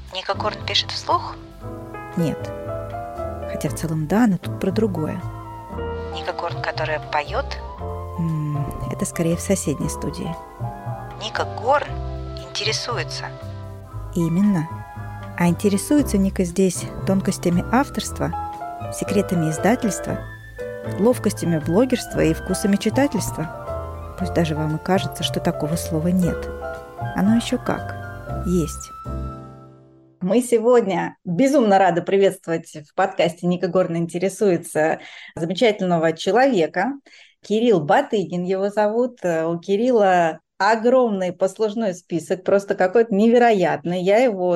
Ника Корн пишет вслух? Нет. Хотя в целом да, но тут про другое. Ника Корн, которая поет? Это скорее в соседней студии. Ника Корн интересуется. Именно. А интересуется Ника здесь тонкостями авторства, секретами издательства, ловкостями блогерства и вкусами читательства. Пусть даже вам и кажется, что такого слова нет. Оно еще как. Есть. Мы сегодня безумно рады приветствовать в подкасте «Ника Горн интересуется» замечательного человека. Кирилл Батыгин его зовут. У Кирилла огромный послужной список, просто какой-то невероятный. Я его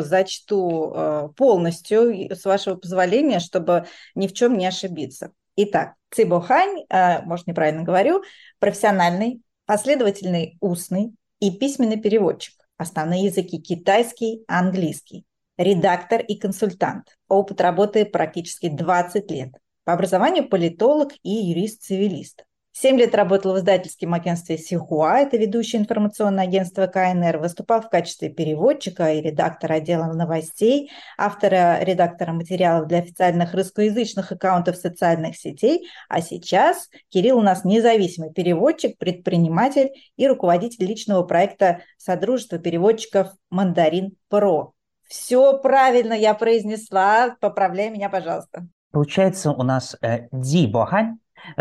зачту полностью, с вашего позволения, чтобы ни в чем не ошибиться. Итак, Цибо Хань, может, неправильно говорю, профессиональный, последовательный устный и письменный переводчик. Основные языки китайский, английский. Редактор и консультант. Опыт работы практически 20 лет. По образованию политолог и юрист-цивилист. 7 лет работал в издательском агентстве Сихуа, это ведущее информационное агентство КНР, выступал в качестве переводчика и редактора отдела новостей, редактора материалов для официальных русскоязычных аккаунтов социальных сетей, а сейчас Кирилл у нас независимый переводчик, предприниматель и руководитель личного проекта Содружества переводчиков «Мандарин Про». Все правильно я произнесла, поправляй меня, пожалуйста. Получается у нас Ди Бохань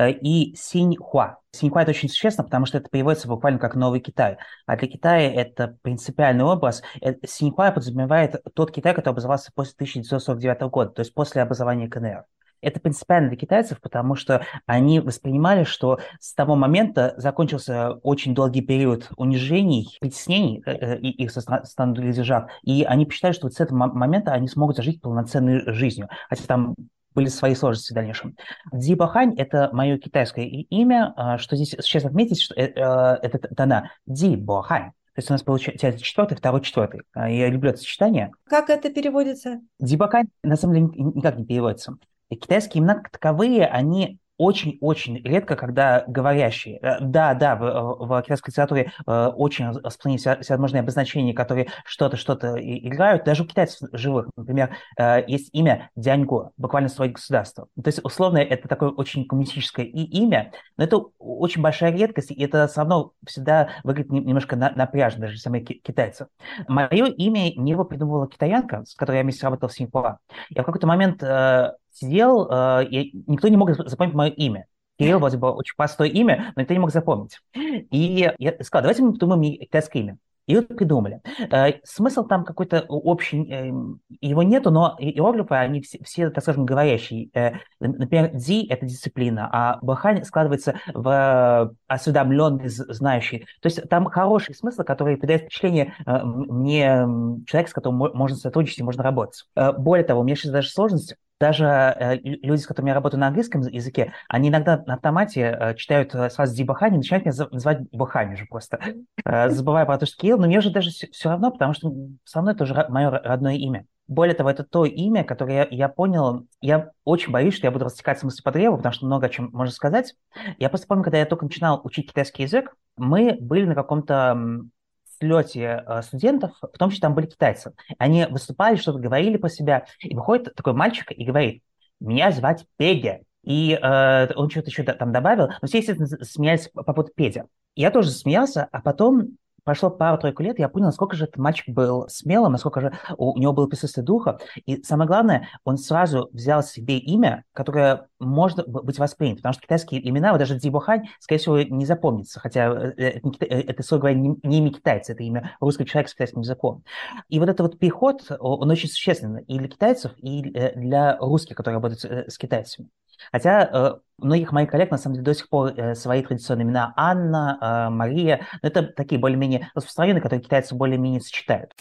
и Синьхуа. Синьхуа – это очень существенно, потому что это переводится буквально как «Новый Китай». А для Китая это принципиальный образ. Синьхуа подразумевает тот Китай, который образовался после 1949 года, то есть после образования КНР. Это принципиально для китайцев, потому что они воспринимали, что с того момента закончился очень долгий период унижений, притеснений их со стороны других держав, и они посчитали, что вот с этого момента они смогут зажить полноценной жизнью. Хотя там были свои сложности в дальнейшем. Ди Бахань – это мое китайское имя, что здесь сейчас отметить, что это дана Ди Бахань. То есть у нас получается четвертый, второй, четвертый. Я люблю это сочетание. Как это переводится? Ди Бахань на самом деле никак не переводится. Китайские имена как таковые, они очень-очень редко, когда говорящие. Да, в китайской литературе очень распространены всевозможные обозначения, которые что-то играют. Даже у китайцев живых, например, есть имя Дяньго, буквально строить государство. То есть, условно, это такое очень коммунистическое имя, но это очень большая редкость, и это все равно всегда выглядит немножко напряжно, даже самих китайцев. Мое имя не его придумывала китаянка, с которой я вместе работал в Синьхуа. Я в какой-то момент сидел, и никто не мог запомнить мое имя. Кирилл вроде бы очень простое имя, но никто не мог запомнить. И я сказал, давайте мы придумаем мне китайское имя. И вот придумали. Смысл там какой-то общий, его нету, но иероглифы, они все, так скажем, говорящие. Например, Ди – это дисциплина, а Бахань складывается в осведомленный, знающий. То есть там хороший смысл, который придает впечатление мне человека, с которым можно сотрудничать и можно работать. Более того, у меня сейчас даже сложность. Даже люди, с которыми я работаю на английском языке, они иногда на автомате читают сразу Ди Бахани и начинают меня называть Бахани уже просто, забывая про то, что Кирилл, но мне же даже все равно, потому что со мной это уже мое родное имя. Более того, это то имя, которое я понял, я очень боюсь, что я буду растекаться мыслью по древу, потому что много о чем можно сказать. Я просто помню, когда я только начинал учить китайский язык, мы были на каком-то слете студентов, в том числе там были китайцы. Они выступали, что-то говорили про себя, и выходит такой мальчик и говорит: «Меня звать Петя». И он что-то еще там добавил, но все, естественно, смеялись по поводу Петя. Я тоже смеялся, а потом прошло пару-тройку лет, я понял, насколько же этот мальчик был смелым, насколько же у него было присутствие духа. И самое главное, он сразу взял себе имя, которое может быть воспринято. Потому что китайские имена, вот даже Ди Бохань, скорее всего, не запомнится. Хотя это, строго говоря, не имя китайца, это имя русского человека с китайским языком. И вот этот вот переход, он очень существенный и для китайцев, и для русских, которые работают с китайцами. Хотя многих моих коллег, на самом деле, до сих пор свои традиционные имена Анна, Мария, но это такие более-менее распространенные, которые китайцы более-менее сочетают.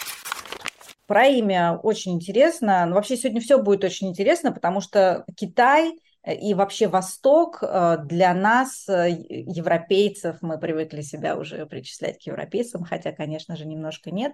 Про имя очень интересно. Но вообще сегодня все будет очень интересно, потому что Китай и вообще Восток для нас, европейцев, мы привыкли себя уже причислять к европейцам, хотя, конечно же, немножко нет.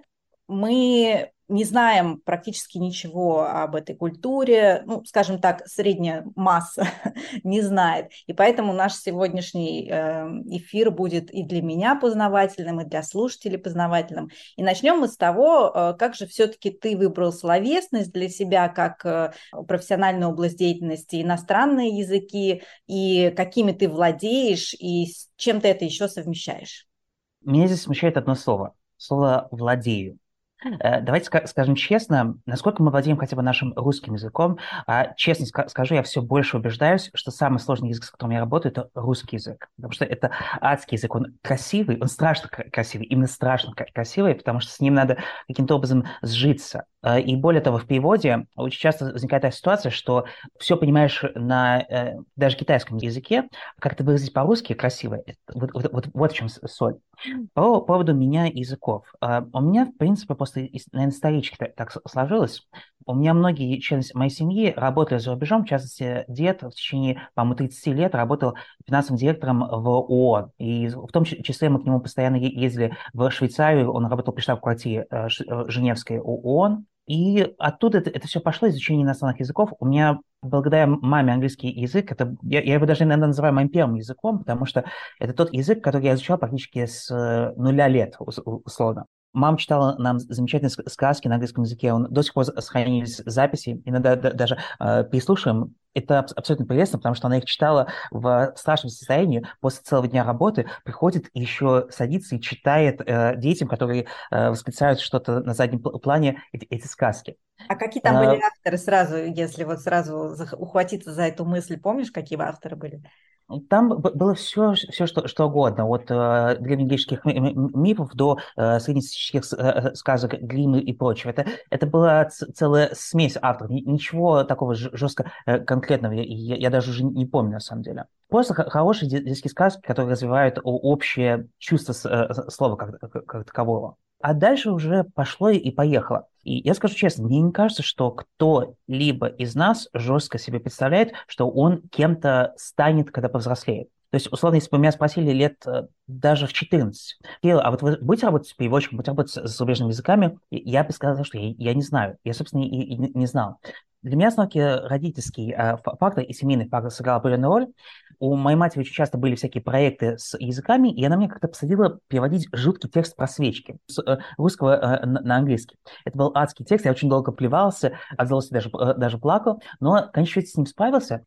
мы не знаем практически ничего об этой культуре, ну, скажем так, средняя масса не знает. И поэтому наш сегодняшний эфир будет и для меня познавательным, и для слушателей познавательным. И начнем мы с того, как же все-таки ты выбрал словесность для себя как профессиональную область деятельности, иностранные языки, и какими ты владеешь, и с чем ты это еще совмещаешь? Меня здесь смущает одно слово. Слово «владею». Давайте скажем честно, насколько мы владеем хотя бы нашим русским языком, честно скажу, я все больше убеждаюсь, что самый сложный язык, с которым я работаю, это русский язык. Потому что это адский язык, он красивый, он страшно красивый, именно страшно красивый, потому что с ним надо каким-то образом сжиться. И более того, в переводе очень часто возникает такая ситуация, что все понимаешь на даже китайском языке, как это выразить по-русски красиво, вот в чем соль. По поводу меня и языков. У меня, в принципе, просто, наверное, исторически так сложилось. У меня многие члены моей семьи работали за рубежом, в частности, дед в течение, по-моему, 30 лет работал финансовым директором в ООН. И в том числе мы к нему постоянно ездили в Швейцарию, он работал при штаб-квартире Женевской ООН. И оттуда это все пошло, изучение иностранных языков. У меня, благодаря маме, английский язык, я его даже иногда называю моим первым языком, потому что это тот язык, который я изучал практически с 0 лет, условно. Мама читала нам замечательные сказки на английском языке, до сих пор сохранились записи, иногда даже переслушиваем. Это абсолютно прелестно, потому что она их читала в страшном состоянии, после целого дня работы, приходит и еще садится и читает детям, которые восклицают что-то на заднем плане, эти сказки. А какие там были авторы сразу, если вот сразу ухватиться за эту мысль, помнишь, какие авторы были? Там было все что угодно, от древнегреческих мифов до среднестатистических сказок Гримма и прочего. Это была целая смесь авторов. Ничего такого жестко конкретного я даже уже не помню, на самом деле. Просто хорошие детские сказки, которые развивают общее чувство слова как такового. А дальше уже пошло и поехало. И я скажу честно, мне не кажется, что кто-либо из нас жестко себе представляет, что он кем-то станет, когда повзрослеет. То есть, условно, если бы меня спросили лет даже в 14, Кирилл, а вот вы будете работать с переводчиком, будете работать с зарубежными языками? Я бы сказал, что я не знаю. Я, собственно, и не знал. Для меня все-таки родительский фактор и семейный фактор сыграл определенную роль. У моей матери очень часто были всякие проекты с языками, и она меня как-то посадила переводить жуткий текст про свечки с русского на английский. Это был адский текст, я очень долго плевался, от злости даже плакал, но, конечно, с ним справился.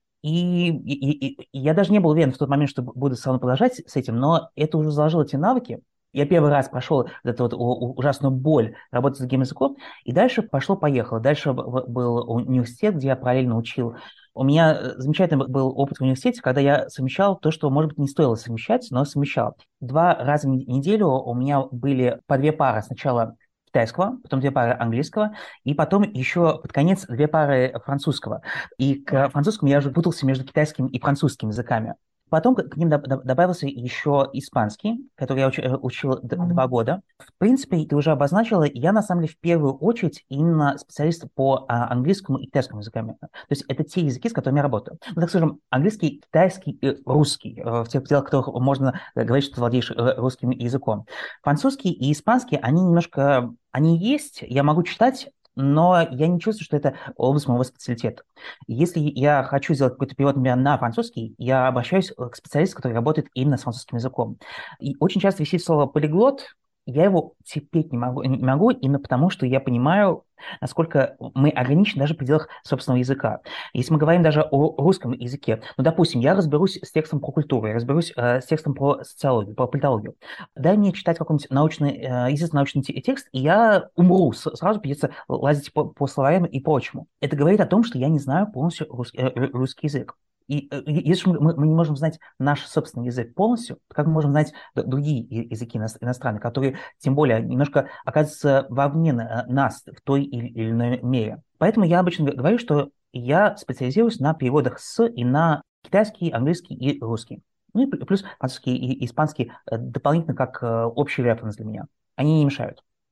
И я даже не был уверен в тот момент, что буду со мной продолжать с этим, но это уже заложило эти навыки. Я первый раз прошел эту вот ужасную боль работать с другим языком, и дальше пошло-поехало. Дальше был университет, где я параллельно учил. У меня замечательный был опыт в университете, когда я совмещал то, что, может быть, не стоило совмещать, но совмещал. 2 раза в неделю у меня были по 2 пары. Сначала китайского, потом 2 пары английского, и потом еще под конец 2 пары французского. И к французскому я уже путался между китайским и французским языками. Потом к ним добавился еще испанский, который я учил 2 года. В принципе, ты уже обозначила, я на самом деле в первую очередь именно специалист по английскому и китайскому языкам. То есть это те языки, с которыми я работаю. Ну, так скажем, английский, китайский и русский, в тех пределах, в которых можно говорить, что ты владеешь русским языком. Французский и испанский, они есть, я могу читать, но я не чувствую, что это область моего специалитета. Если я хочу сделать какой-то перевод, например, на французский, я обращаюсь к специалисту, который работает именно с французским языком. И очень часто висит слово «полиглот», я его терпеть не могу именно потому, что я понимаю, насколько мы ограничены даже в пределах собственного языка. Если мы говорим даже о русском языке, ну, допустим, я разберусь с текстом про культуру, я разберусь с текстом про социологию, про политологию. Дай мне читать какой-нибудь естественно-научный текст, и я умру. Сразу придется лазить по словарям и прочему. Это говорит о том, что я не знаю полностью русский язык. И если мы не можем знать наш собственный язык полностью, то как мы можем знать другие языки иностранные, которые, тем более, немножко оказываются вовне нас в той или иной мере. Поэтому я обычно говорю, что я специализируюсь на переводах с и на китайский, английский и русский. Ну и плюс французский и испанский дополнительно как общий референс для меня. Они не мешают.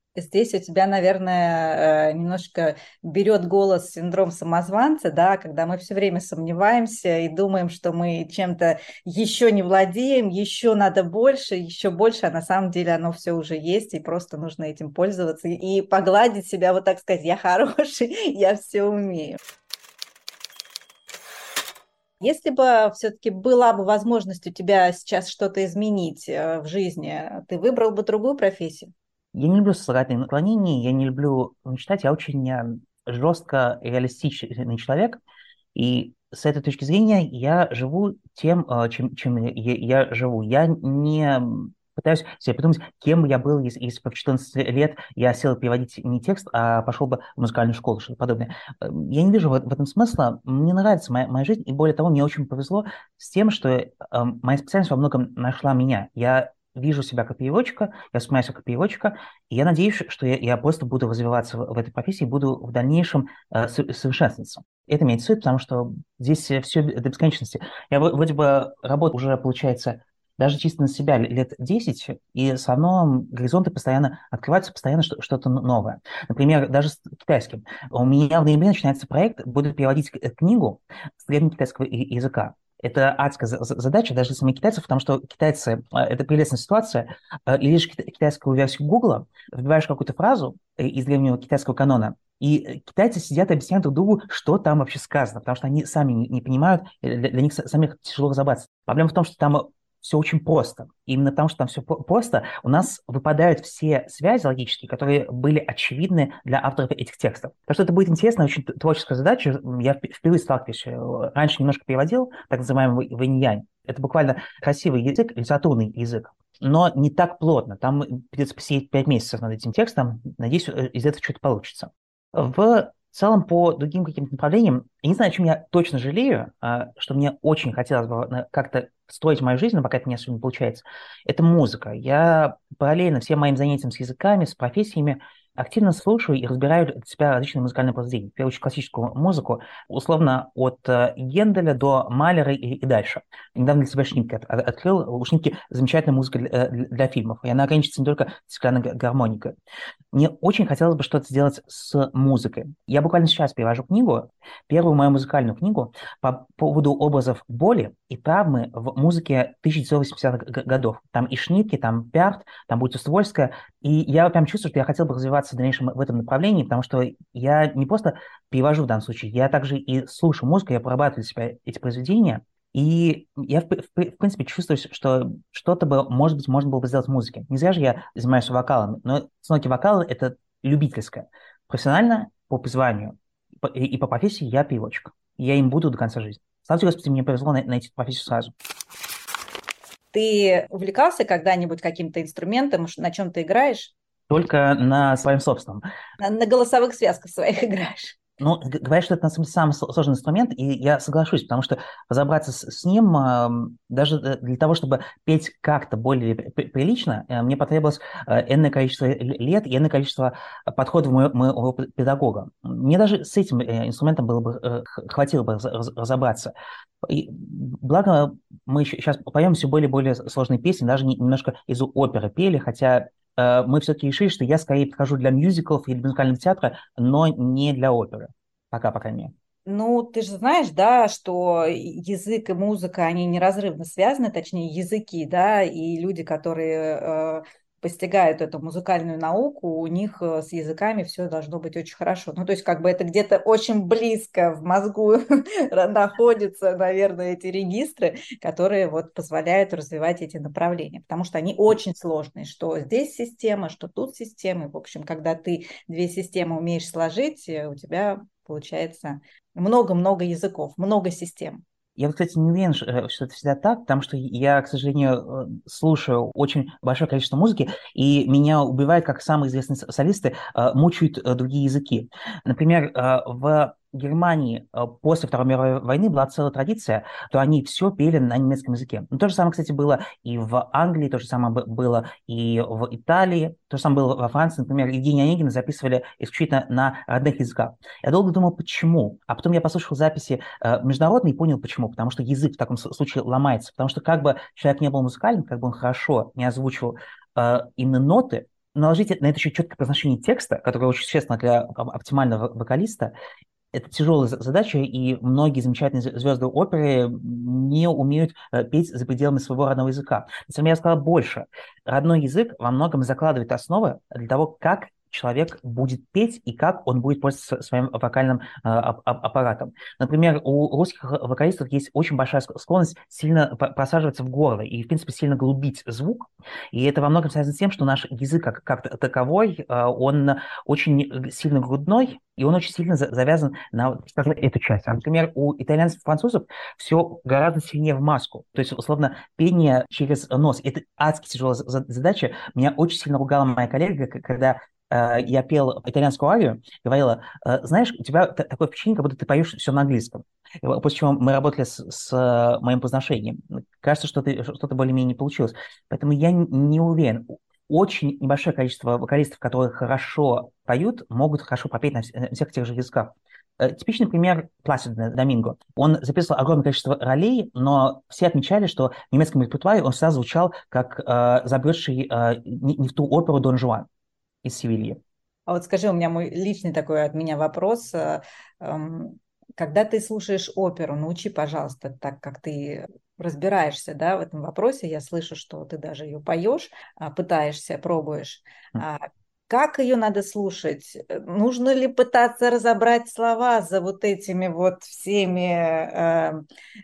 Здесь у тебя, наверное, немножко берет голос синдром самозванца, да, когда мы все время сомневаемся и думаем, что мы чем-то еще не владеем, еще надо больше, еще больше, а на самом деле оно все уже есть, и просто нужно этим пользоваться и погладить себя, вот так сказать, я хороший, я все умею. Если бы все-таки была бы возможность у тебя сейчас что-то изменить в жизни, ты выбрал бы другую профессию? Я не люблю сослагательные наклонения, я не люблю читать, я очень жестко реалистичный человек, и с этой точки зрения я живу тем, чем я живу. Я не пытаюсь себе придумать, кем бы я был, если бы в 14 лет я сел переводить не текст, а пошел бы в музыкальную школу, что-то подобное. Я не вижу в этом смысла. Мне нравится моя жизнь, и более того, мне очень повезло с тем, что моя специальность во многом нашла меня. Я вижу себя как переводчика, я вспоминаю себя как переводчика, и я надеюсь, что я просто буду развиваться в этой профессии, буду в дальнейшем совершенствоваться. Это меня интересует, потому что здесь все до бесконечности. Я вроде бы работаю уже, получается, даже чисто на себя лет 10, и все равно горизонты постоянно открываются, постоянно что-то новое. Например, даже с китайским. У меня в ноябре начинается проект, буду переводить книгу с древнекитайского языка. Это адская задача даже для самих китайцев, потому что китайцы, это прелестная ситуация, лишь китайскую версию Гугла, вбиваешь какую-то фразу из древнего китайского канона, и китайцы сидят и объясняют друг другу, что там вообще сказано, потому что они сами не понимают, для них самих тяжело разобраться. Проблема в том, что там все очень просто. И именно потому, что там все просто, у нас выпадают все связи логические, которые были очевидны для авторов этих текстов. Так что это будет интересная, очень творческая задача. Я впервые сталкиваюсь. Раньше немножко переводил, так называемый вэнь-янь. Это буквально красивый язык, литературный язык, но не так плотно. Там придется посидеть 5 месяцев над этим текстом. Надеюсь, из этого что-то получится. В целом, по другим каким-то направлениям, я не знаю, о чем я точно жалею, что мне очень хотелось бы как-то строить мою жизнь, но пока это не особенно получается, это музыка. Я параллельно всем моим занятиям с языками, с профессиями активно слушаю и разбираю для себя различные музыкальные произведения. В первую очередь классическую музыку, условно от Генделя до Малера и дальше. Недавно для себя Шнитке открыл. У Шнитке замечательная музыка для фильмов, и она ограничится не только стеклянной гармоникой. Мне очень хотелось бы что-то сделать с музыкой. Я буквально сейчас перевожу книгу, первую мою музыкальную книгу по поводу образов боли и травмы в музыке 1980-х годов. Там и Шнитке, там Пярт, там будет Уствольская. И я прям чувствую, что я хотел бы развиваться в дальнейшем в этом направлении, потому что я не просто перевожу в данном случае, я также и слушаю музыку, я прорабатываю для себя эти произведения. И я, в принципе, чувствую, что что-то бы, может быть, можно было бы сделать в музыке. Не зря же я занимаюсь вокалом, но ноги вокала — это любительское. Профессионально, по призванию и по профессии я переводчик. И я им буду до конца жизни. Слава тебе, Господи, мне повезло найти профессию сразу. Ты увлекался когда-нибудь каким-то инструментом, на чем ты играешь? Только на своем собственном. На голосовых связках своих играешь? Ну, говорят, что это на самом деле самый сложный инструмент, и я соглашусь, потому что разобраться с ним, даже для того, чтобы петь как-то более прилично, мне потребовалось энное количество лет и энное количество подходов моего педагога. Мне даже с этим инструментом было бы, хватило бы разобраться. И благо мы сейчас поем все более и более сложные песни, даже немножко из оперы пели, хотя мы все-таки решили, что я скорее подхожу для мюзиклов или музыкального театра, но не для оперы. Пока, по крайней мере. Ну, ты же знаешь, да, что язык и музыка, они неразрывно связаны, точнее, языки, да, и люди, которые постигают эту музыкальную науку, у них с языками все должно быть очень хорошо. Ну, то есть, как бы это где-то очень близко в мозгу находятся, наверное, эти регистры, которые вот позволяют развивать эти направления, потому что они очень сложные, что здесь система, что тут система. И, в общем, когда ты две системы умеешь сложить, у тебя получается много-много языков, много систем. Я, вот, кстати, не уверен, что это всегда так, потому что я, к сожалению, слушаю очень большое количество музыки, и меня убивает, как самые известные солисты мучают другие языки. Например, в Германии после Второй мировой войны была целая традиция, то они все пели на немецком языке. Но то же самое, кстати, было и в Англии, то же самое было и в Италии, то же самое было во Франции. Например, Евгения Онегина записывали исключительно на родных языках. Я долго думал, почему. А потом я послушал записи международные и понял, почему. Потому что язык в таком случае ломается. Потому что как бы человек не был музыкальным, как бы он хорошо не озвучивал именно ноты, наложить на это еще четкое произношение текста, которое очень существенно для оптимального вокалиста. Это тяжелая задача, и многие замечательные звезды оперы не умеют петь за пределами своего родного языка. На самом деле, я сказал больше. Родной язык во многом закладывает основы для того, как человек будет петь и как он будет пользоваться своим вокальным аппаратом. Например, у русских вокалистов есть очень большая склонность сильно просаживаться в горло и, в принципе, сильно глубить звук. И это во многом связано с тем, что наш язык как таковой, он очень сильно грудной, и он очень сильно завязан на, скажем, эту часть. А, например, у итальянцев и французов все гораздо сильнее в маску. То есть, условно, пение через нос. Это адски тяжелая задача. Меня очень сильно ругала моя коллега, когда я пел итальянскую арию, говорила, знаешь, у тебя такое впечатление, как будто ты поешь все на английском. После чего мы работали с моим произношением. Кажется, что-то более-менее получилось. Поэтому я не уверен. Очень небольшое количество вокалистов, которые хорошо поют, могут хорошо попеть на всех тех же языках. Типичный пример Пласидо Доминго. Он записывал огромное количество ролей, но все отмечали, что в немецком репертуаре он всегда звучал как забредший не в ту оперу Дон Жуан из Севильи. А вот скажи, у меня мой личный такой от меня вопрос. Когда ты слушаешь оперу, научи, пожалуйста, так как ты разбираешься, да, в этом вопросе, я слышу, что ты даже ее поешь, пытаешься, пробуешь. Как ее надо слушать? Нужно ли пытаться разобрать слова за вот этими вот всеми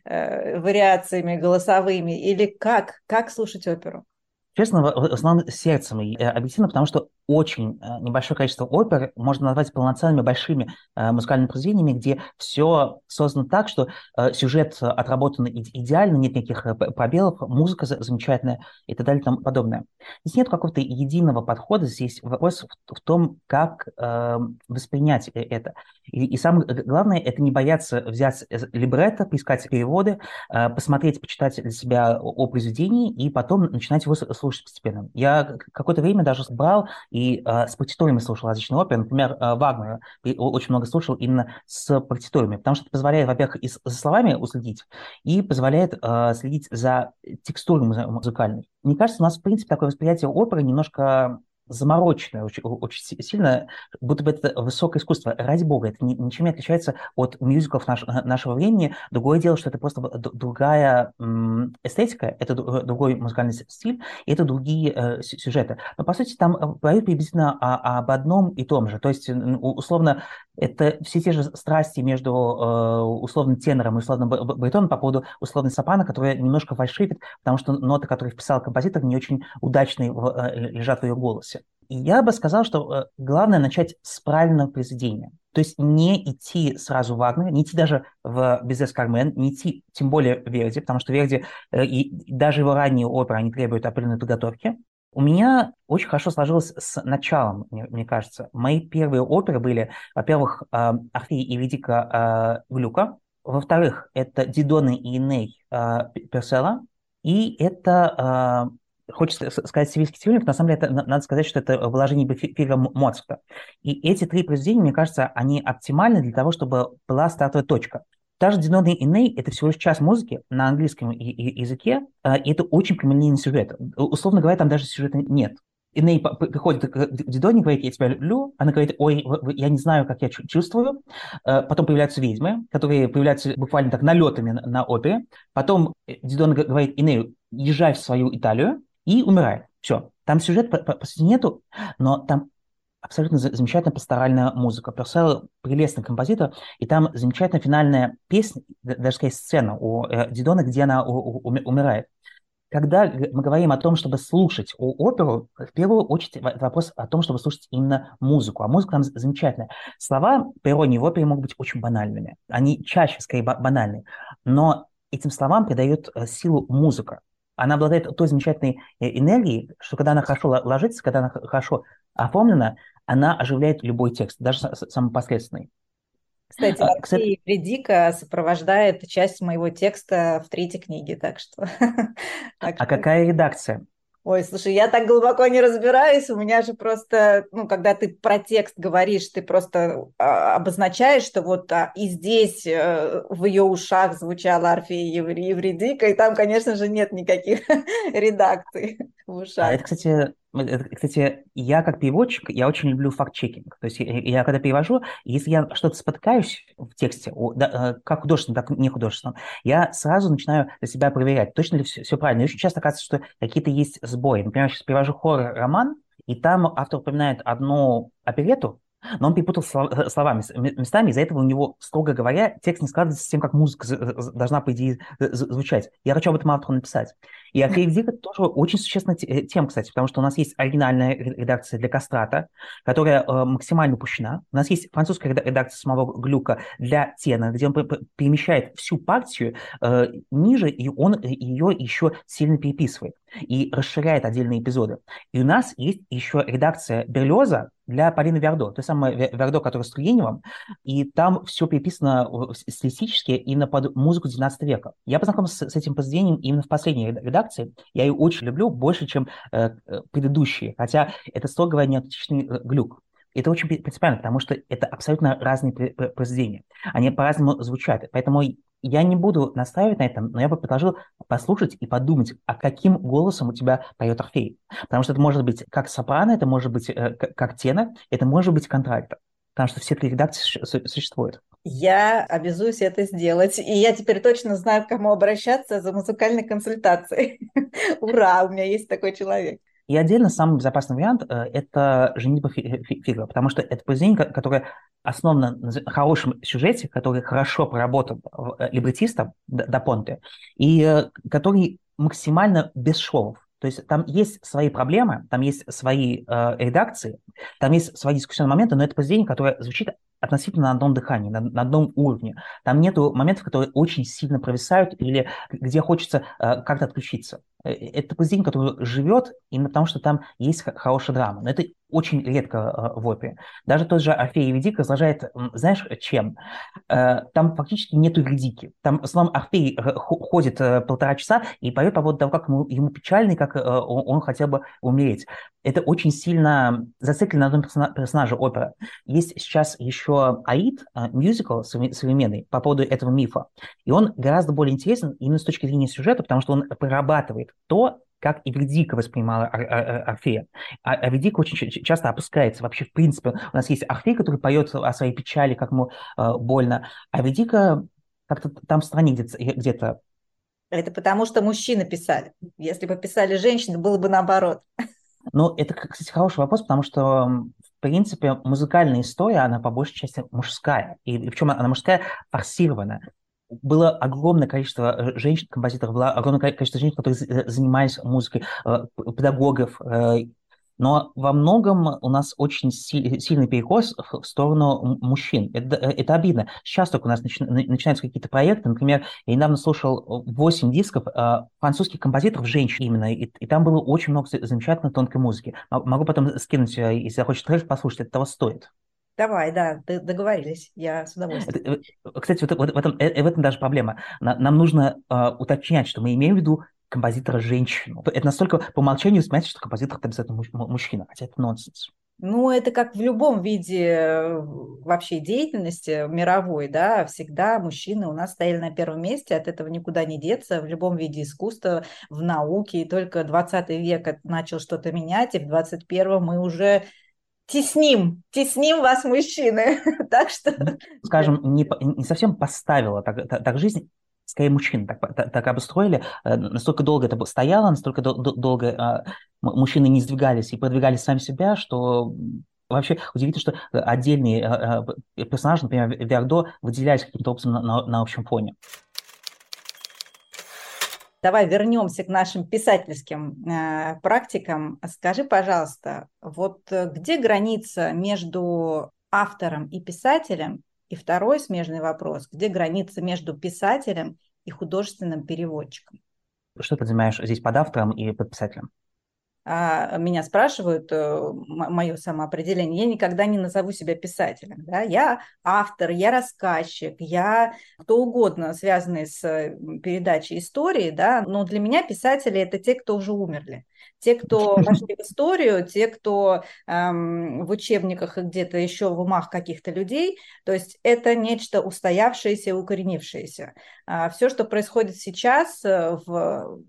вариациями голосовыми? Или как слушать оперу? Честно, в основном сердцем и объективно, потому что очень небольшое количество опер можно назвать полноценными большими музыкальными произведениями, где все создано так, что сюжет отработан идеально, нет никаких пробелов, музыка замечательная и так далее и тому подобное. Здесь нет какого-то единого подхода, здесь вопрос в том, как воспринять это. И самое главное, это не бояться взять либретто, поискать переводы, посмотреть, почитать для себя о произведении и потом начинать его слушать постепенно. Я какое-то время даже брал и с партитурами слушал различные оперы. Например, Вагнера очень много слушал именно с партитурами, потому что это позволяет, во-первых, и за словами уследить, и позволяет следить за текстурой музыкальной. Мне кажется, у нас, в принципе, такое восприятие оперы немножко замороченное очень сильно, будто бы это высокое искусство. Ради бога, это ничем не отличается от мюзиклов нашего времени. Другое дело, что это просто другая эстетика, это другой музыкальный стиль, и это другие сюжеты. Но, по сути, там поют приблизительно об одном и том же. То есть, условно, это все те же страсти между условным тенором и условным баритоном по поводу условной сопрано, которая немножко фальшивит, потому что ноты, которые вписал композитор, не очень удачные лежат в ее голосе. И я бы сказал, что главное начать с правильного произведения. То есть не идти сразу в Вагнера, не идти даже в Безес Кармен, не идти тем более в Верди, потому что Верди и даже его ранние оперы, они требуют определенной подготовки. У меня очень хорошо сложилось с началом, мне кажется. Мои первые оперы были, во-первых, Орфей и Эвридика Глюка, во-вторых, это Дидоны и Эней Перселла, и это, хочется сказать, Севильский тюльник, на самом деле надо сказать, что это вложение Фига Моцарта. И эти три произведения, мне кажется, они оптимальны для того, чтобы была стартовая точка. Даже Дидоны и Эней — это всего лишь час музыки на английском языке, и это очень прямолинейный сюжет. Условно говоря, там даже сюжета нет. Эней приходит к Дидоне, говорит: я тебя люблю. Она говорит: ой, я не знаю, как я чувствую. Потом появляются ведьмы, которые появляются буквально так налетами на опере. Потом Дидона говорит Энею: езжай в свою Италию, и умирает. Все. Там сюжет, по сути, нету, но там абсолютно замечательная пасторальная музыка. Перселл — прелестный композитор, и там замечательная финальная песня, даже сказать, сцена у Дидона, где она умирает. Когда мы говорим о том, чтобы слушать оперу, в первую очередь вопрос о том, чтобы слушать именно музыку. А музыка там замечательная. Слова, по иронии, в опере могут быть очень банальными. Они чаще, скорее, банальны. Но этим словам придает силу музыка. Она обладает той замечательной энергией, что когда она хорошо ложится, когда она хорошо оформлена, она оживляет любой текст, даже самый посредственный. Кстати, Орфей Эвридика сопровождает часть моего текста в третьей книге, так что... А какая редакция? Ой, слушай, я так глубоко не разбираюсь, у меня же просто, когда ты про текст говоришь, ты просто обозначаешь, что вот и здесь в ее ушах звучала Орфея Эвридика, и там, конечно же, нет никаких редакций. в ушах. Кстати, я как переводчик, я очень люблю факт-чекинг. То есть я когда перевожу, если я что-то спотыкаюсь в тексте, как художественно, так и не художественно, я сразу начинаю для себя проверять, точно ли все правильно. И очень часто оказывается, что какие-то есть сбои. Например, я сейчас перевожу хоррор-роман, и там автор упоминает одну оперетту, но он перепутал словами, местами, из-за этого у него, строго говоря, текст не складывается с тем, как музыка должна, по идее, звучать. Я хочу об этом автору написать. И «Орфей Эвридика» тоже очень существенная тема, кстати, потому что у нас есть оригинальная редакция для кастрата, которая максимально упущена. У нас есть французская редакция самого Глюка для тенора, где он перемещает всю партию ниже, и он ее еще сильно переписывает и расширяет отдельные эпизоды. И у нас есть еще редакция Берлиоза для Полины Вердо, той самой Вердо, которая с Тургеневым, и там все переписано стилистически именно под музыку XIX века. Я познакомился с этим произведением именно в последней редакции. Я ее очень люблю, больше, чем предыдущие, хотя это, строго говоря, не аутентичный Глюк. Это очень принципиально, потому что это абсолютно разные произведения. Они по-разному звучат. Поэтому я не буду настаивать на этом, но я бы предложил послушать и подумать, а каким голосом у тебя поет Орфей. Потому что это может быть как сопрано, это может быть как тенор, это может быть контральто. Потому что все три редакции существуют. Я обязуюсь это сделать. И я теперь точно знаю, к кому обращаться за музыкальной консультацией. Ура, у меня есть такой человек. И отдельно самый безопасный вариант – это «Женитьба Фигаро», потому что это произведение, которое основано на хорошем сюжете, который хорошо проработан либретистом да Понте, и который максимально без шовов. То есть там есть свои проблемы, там есть свои редакции, там есть свои дискуссионные моменты, но это произведение, которое звучит относительно на одном дыхании, на одном уровне. Там нету моментов, которые очень сильно провисают или где хочется как-то отключиться. Это произведение, которое живет именно потому, что там есть хорошая драма. Но это очень редко в опере. Даже тот же Орфей Эвридика разложает, знаешь, чем? Там фактически нету Эвридики. Там в основном Орфей ходит 1,5 часа и поет по поводу того, как ему печально и как он хотел бы умереть. Это очень сильно зациклено на одном персонаже оперы. Есть сейчас еще «Аид», мюзикл современный по поводу этого мифа. И он гораздо более интересен именно с точки зрения сюжета, потому что он прорабатывает то, как Эвридика воспринимала Орфея. А Эвридика очень часто опускается. Вообще, в принципе, у нас есть Орфей, который поет о своей печали, как ему больно. А Эвридика как-то там в стране где-то. Это потому, что мужчины писали. Если бы писали женщины, было бы наоборот. Ну, это, кстати, хороший вопрос, потому что, в принципе, музыкальная история, она по большей части мужская. И причем она мужская форсированная. Было огромное количество женщин-композиторов, было огромное количество женщин, которые занимались музыкой, педагогов. Но во многом у нас очень сильный перекос в сторону мужчин. Это обидно. Сейчас только у нас начинаются какие-то проекты. Например, я недавно слушал 8 дисков французских композиторов женщин именно, и там было очень много замечательной тонкой музыки. Могу потом скинуть, если хочешь трек послушать, это того стоит. Давай, да, договорились, я с удовольствием. Кстати, в этом даже проблема. Нам нужно уточнять, что мы имеем в виду композитора женщину. Это настолько по умолчанию воспринимается, что композитор это обязательно мужчина, хотя это нонсенс. Ну, это как в любом виде вообще деятельности мировой, да, всегда мужчины у нас стояли на первом месте, от этого никуда не деться, в любом виде искусства, в науке, и только 20 век начал что-то менять, и в 21-м мы уже тесним вас, мужчины, так что... Скажем, не совсем поставила так жизнь, скорее мужчин так обустроили, настолько долго это стояло, настолько долго мужчины не сдвигались и продвигали сами себя, что вообще удивительно, что отдельные персонажи, например, Вердо, выделялись каким-то образом на общем фоне. Давай вернемся к нашим писательским практикам. Скажи, пожалуйста, вот где граница между автором и писателем? И второй смежный вопрос, где граница между писателем и художественным переводчиком? Что ты понимаешь здесь под автором и под писателем? Меня спрашивают мое самоопределение, я никогда не назову себя писателем. Да? Я автор, я рассказчик, я кто угодно, связанный с передачей истории, да? Но для меня писатели – это те, кто уже умерли. Те, кто вошли в историю, те, кто в учебниках и где-то еще в умах каких-то людей, то есть это нечто устоявшееся и укоренившееся. Все, что происходит сейчас в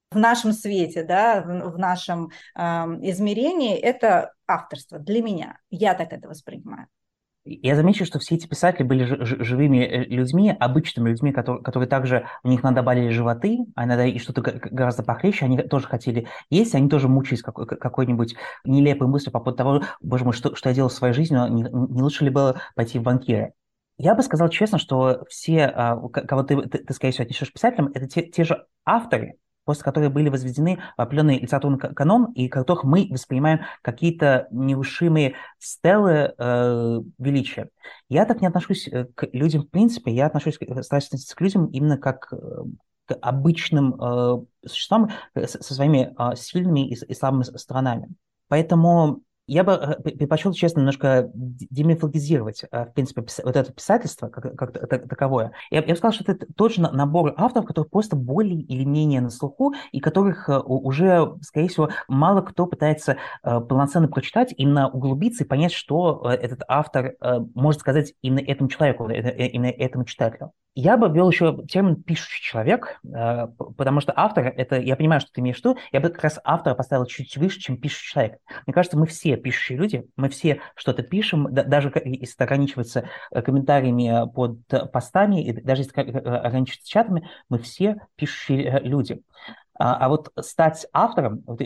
в нашем свете, да, в нашем измерении, это авторство для меня. Я так это воспринимаю. Я замечу, что все эти писатели были живыми людьми, обычными людьми, которые также, у них иногда болели животы, а иногда и что-то гораздо похлеще, они тоже хотели есть, они тоже мучились какой-нибудь нелепой мыслью по поводу того, боже мой, что я делал в своей жизни, не лучше ли было пойти в банкиры. Я бы сказал честно, что все, кого ты скорее всего, отнесешь к писателям, это те же авторы, просто которые были возведены в определенный литературный канон, и которых мы воспринимаем какие-то нерушимые стелы величия. Я так не отношусь к людям в принципе, я стараюсь относиться к людям именно как к обычным существам со своими сильными и слабыми сторонами. Поэтому я бы предпочел, честно, немножко демифологизировать, в принципе, вот это писательство как таковое. Я бы сказал, что это тот же набор авторов, которые просто более или менее на слуху, и которых уже, скорее всего, мало кто пытается полноценно прочитать, именно углубиться и понять, что этот автор может сказать именно этому человеку, именно этому читателю. Я бы ввел еще термин «пишущий человек», потому что автор, это, я понимаю, что ты имеешь в виду, я бы как раз автора поставил чуть выше, чем пишущий человек. Мне кажется, мы все пишущие люди, мы все что-то пишем, даже если это ограничивается комментариями под постами, и даже если ограничивается чатами, мы все пишущие люди. А вот стать автором, вот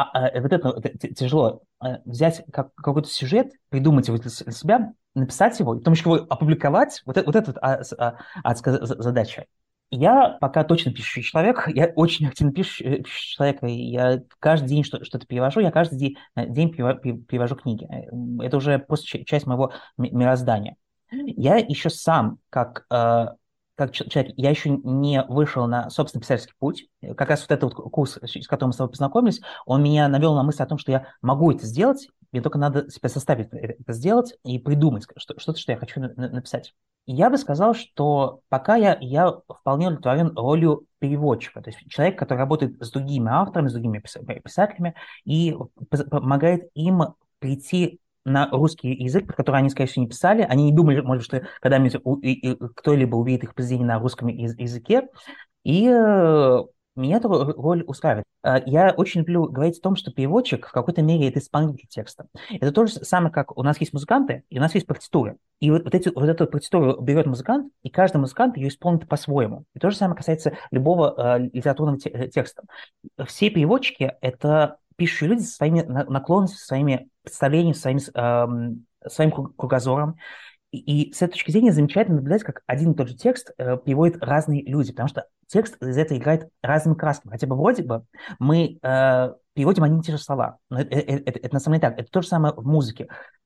это тяжело. Взять какой-то сюжет, придумать его для себя, написать его, и потом еще его опубликовать, вот это адская задача. Я пока точно пишущий человек, я очень активно пишущий человек, и я каждый день что-то перевожу, я каждый день перевожу книги. Это уже просто часть моего мироздания. Я еще сам, как человек, я еще не вышел на собственный писательский путь. Как раз вот этот вот курс, с которым мы с тобой познакомились, он меня навел на мысль о том, что я могу это сделать, мне только надо себя заставить это сделать и придумать что-то, что я хочу написать. И я бы сказал, что пока я вполне удовлетворен ролью переводчика, то есть человек, который работает с другими авторами, с другими писателями и помогает им прийти на русский язык, под который они, скорее всего, не писали. Они не думали, может, что когда-нибудь кто-либо увидит их произведение на русском языке. И меня эта роль устраивает. Я очень люблю говорить о том, что переводчик в какой-то мере это исполнитель текста. Это то же самое, как у нас есть музыканты, и у нас есть партитуры. И вот эту партитуру берет музыкант, и каждый музыкант ее исполнит по-своему. И то же самое касается любого литературного текста. Все переводчики — это пишущие люди со своими наклонностями, своими представлениями, своим кругозором. И с этой точки зрения замечательно наблюдать, как один и тот же текст переводят разные люди, потому что текст из этого играет разными красками. Хотя бы вроде бы мы переводим одни и те же слова. Но это на самом деле так. Это то же самое в музыке.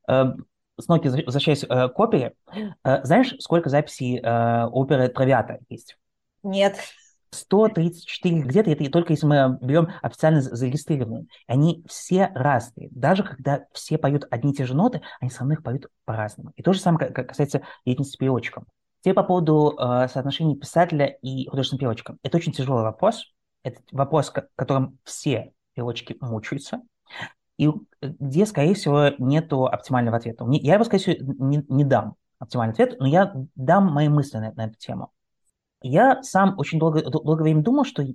Снова возвращаясь к опере, знаешь, сколько записей оперы «Травиата» есть? Нет. 134 где-то, это только если мы берем официально зарегистрированные. Они все разные. Даже когда все поют одни и те же ноты, они со мной их поют по-разному. И то же самое касается деятельности переводчиком. Теперь по поводу соотношения писателя и художественного переводчика. Это очень тяжелый вопрос. Это вопрос, которым все переводчики мучаются. И где, скорее всего, нету оптимального ответа. Я его, скорее всего, не дам оптимальный ответ, но я дам мои мысли на эту тему. Я сам очень долгое время думал, что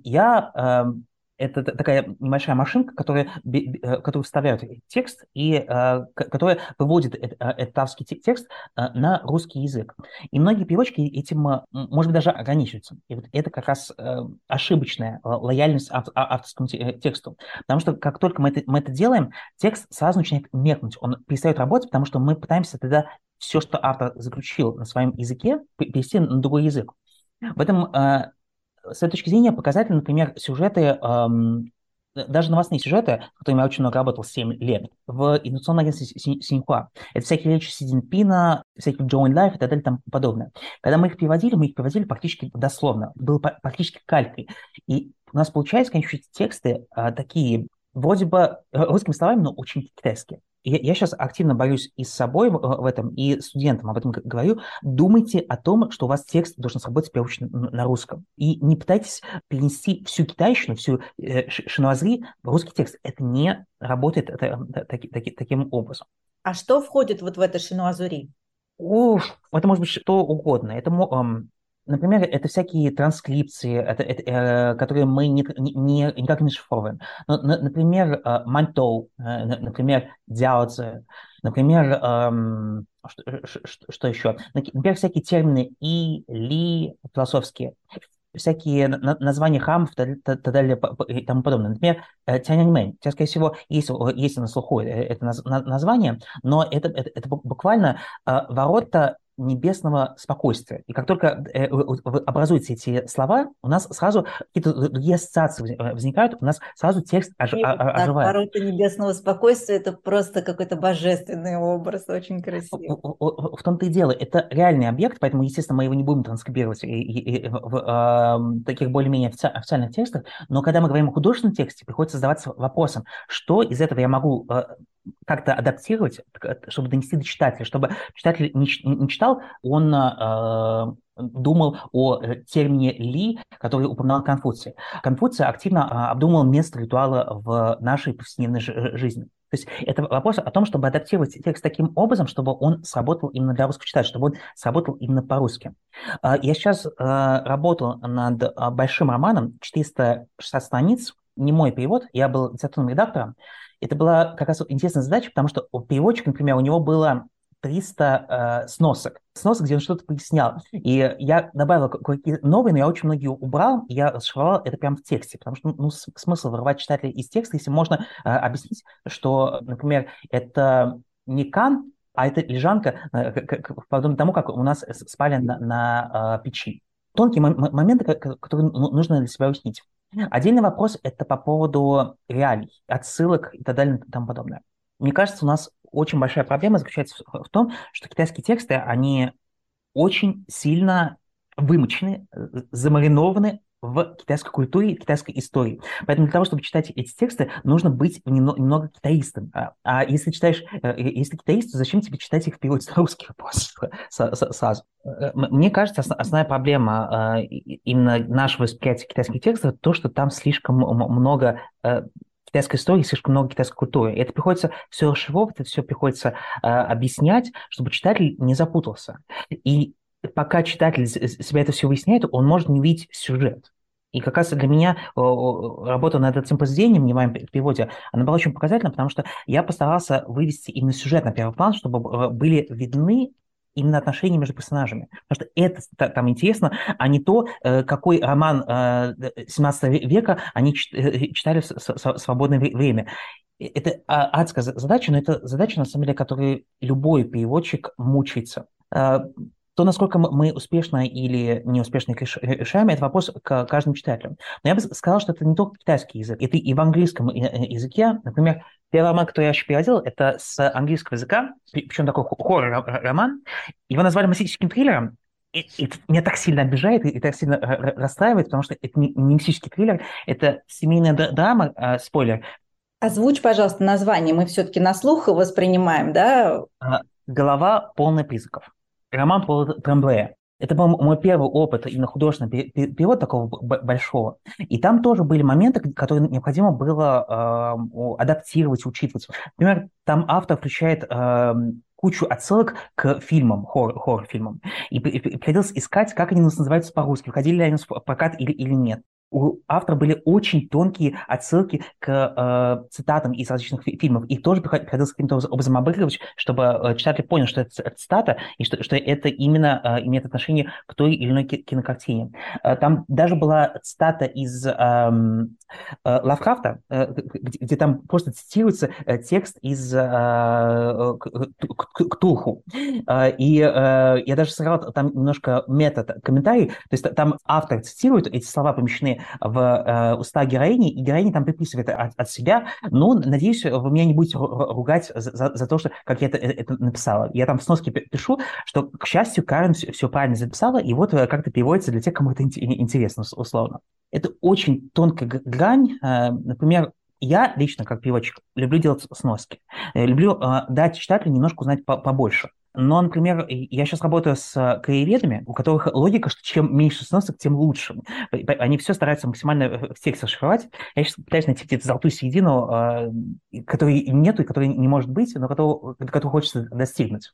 это такая небольшая машинка, которая вставляет текст и которая выводит этот авторский текст на русский язык. И многие переводчики этим, может быть, даже ограничиваются. И вот это как раз ошибочная лояльность авторскому тексту. Потому что как только мы это делаем, текст сразу начинает меркнуть, он перестает работать, потому что мы пытаемся тогда все, что автор заключил на своем языке, перевести на другой язык. В этом, с этой точки зрения, показательны, например, сюжеты, даже новостные сюжеты, с которыми я очень много работал 7 лет, в инновационном агентстве Синьхуа. Это всякие речи Си Цзиньпина, всякие Join Life и так далее и тому подобное. Когда мы их переводили практически дословно, было практически калькой. И у нас получается, конечно, тексты такие, вроде бы русскими словами, но очень китайские. Я сейчас активно борюсь и с собой в этом, и студентам об этом говорю. Думайте о том, что у вас текст должен сработать, в первую очередь, на русском. И не пытайтесь перенести всю китайщину, всю шинуазри в русский текст. Это не работает таким образом. А что входит вот в это шинуазури? Это может быть что угодно. Это например, это всякие транскрипции, которые мы никак не шифровываем. Например, Маньтоу, например, Дзяоцзы, например, что еще? Например, всякие термины и, ли, философские, всякие названия храмов и так далее и тому подобное. Например, Тяньаньмэнь. Сейчас, скорее всего, есть на слуху это название, но это буквально ворота небесного спокойствия. И как только образуются эти слова, у нас сразу какие-то другие ассоциации возникают, у нас сразу текст оживает. Ворота небесного спокойствия – это просто какой-то божественный образ, очень красивый. В том-то и дело, это реальный объект, поэтому, естественно, мы его не будем транскрибировать в таких более-менее официальных текстах, но когда мы говорим о художественном тексте, приходится задаваться вопросом, что из этого я могу как-то адаптировать, чтобы донести до читателя, чтобы читатель не читал, он думал о термине «ли», который упоминал Конфуций. Конфуций активно обдумывал место ритуала в нашей повседневной жизни. То есть это вопрос о том, чтобы адаптировать текст таким образом, чтобы он сработал именно для русского читателя, чтобы он сработал именно по-русски. Я сейчас работал над большим романом, 460 страниц, не мой перевод, я был литературным редактором. Это была как раз интересная задача, потому что у переводчика, например, у него было 300 сносок, где он что-то пояснял. И я добавил какие-то новые, но я очень многие убрал, и я расшифровал это прямо в тексте, потому что смысл вырывать читателя из текста, если можно объяснить, что, например, это не Кан, а это лежанка, подобно тому, как у нас спали на печи. Тонкие моменты, которые нужно для себя уяснить. Отдельный вопрос – это по поводу реалий, отсылок и так далее и тому подобное. Мне кажется, у нас очень большая проблема заключается в том, что китайские тексты, они очень сильно вымочены, замаринованы в китайской культуре, в китайской истории. Поэтому для того, чтобы читать эти тексты, нужно быть немного китаистом. А если китаист, то зачем тебе читать их в переводе с русских просто сразу? Мне кажется, основная проблема именно нашего восприятия китайских текстов то, что там слишком много китайской истории, слишком много китайской культуры. И это приходится все расшифровывать, это все приходится объяснять, чтобы читатель не запутался. И пока читатель себя это все выясняет, он может не увидеть сюжет. И как раз для меня работа над этим произведением, не в моем переводе, она была очень показательна, потому что я постарался вывести именно сюжет на первый план, чтобы были видны именно отношения между персонажами. Потому что это там интересно, а не то, какой роман 17 века они читали в свободное время. Это адская задача, но это задача, на самом деле, которой любой переводчик мучается. То, насколько мы успешно или неуспешно их решаем, это вопрос к каждому читателю. Но я бы сказал, что это не только китайский язык, это и в английском языке. Например, первый роман, который я еще переводил, это с английского языка, причем такой хоррор-роман. Его назвали мистическим триллером. И это меня так сильно обижает и так сильно расстраивает, потому что это не мистический триллер, это семейная драма, спойлер. Озвучь, пожалуйста, название. Мы все-таки на слух воспринимаем, да? «Голова полная призраков». Роман Пола Тремблея. Это был мой первый опыт именно художественного перевода такого большого. И там тоже были моменты, которые необходимо было адаптировать, учитывать. Например, там автор включает кучу отсылок к фильмам, хоррор-фильмам. И приходилось искать, как они называются по-русски, входили ли они в прокат или нет. У автора были очень тонкие отсылки к цитатам из различных фильмов. Их тоже приходилось каким-то образом обыгрывать, чтобы читатель понял, что это цитата, и что это именно имеет отношение к той или иной кинокартине. Там даже была цитата из Лавкрафта, где там просто цитируется текст из Ктулху. И я даже сыграл там немножко мета-комментарий, то есть там автор цитирует, эти слова помещены в уста героини, и героиня там приписывает от себя. Ну, надеюсь, вы меня не будете ругать за то, что как я это написала. Я там в сноске пишу, что, к счастью, Карен все правильно записала, и вот как-то переводится для тех, кому это интересно, условно. Это очень тонкая грань. Например, я лично, как переводчик, люблю делать сноски. Люблю дать читателю немножко узнать побольше. Но, например, я сейчас работаю с краеведами, у которых логика, что чем меньше сносок, тем лучше. Они все стараются максимально в текст расшифровать. Я сейчас пытаюсь найти где-то золотую середину, которой нету и которой не может быть, но которую хочется достигнуть.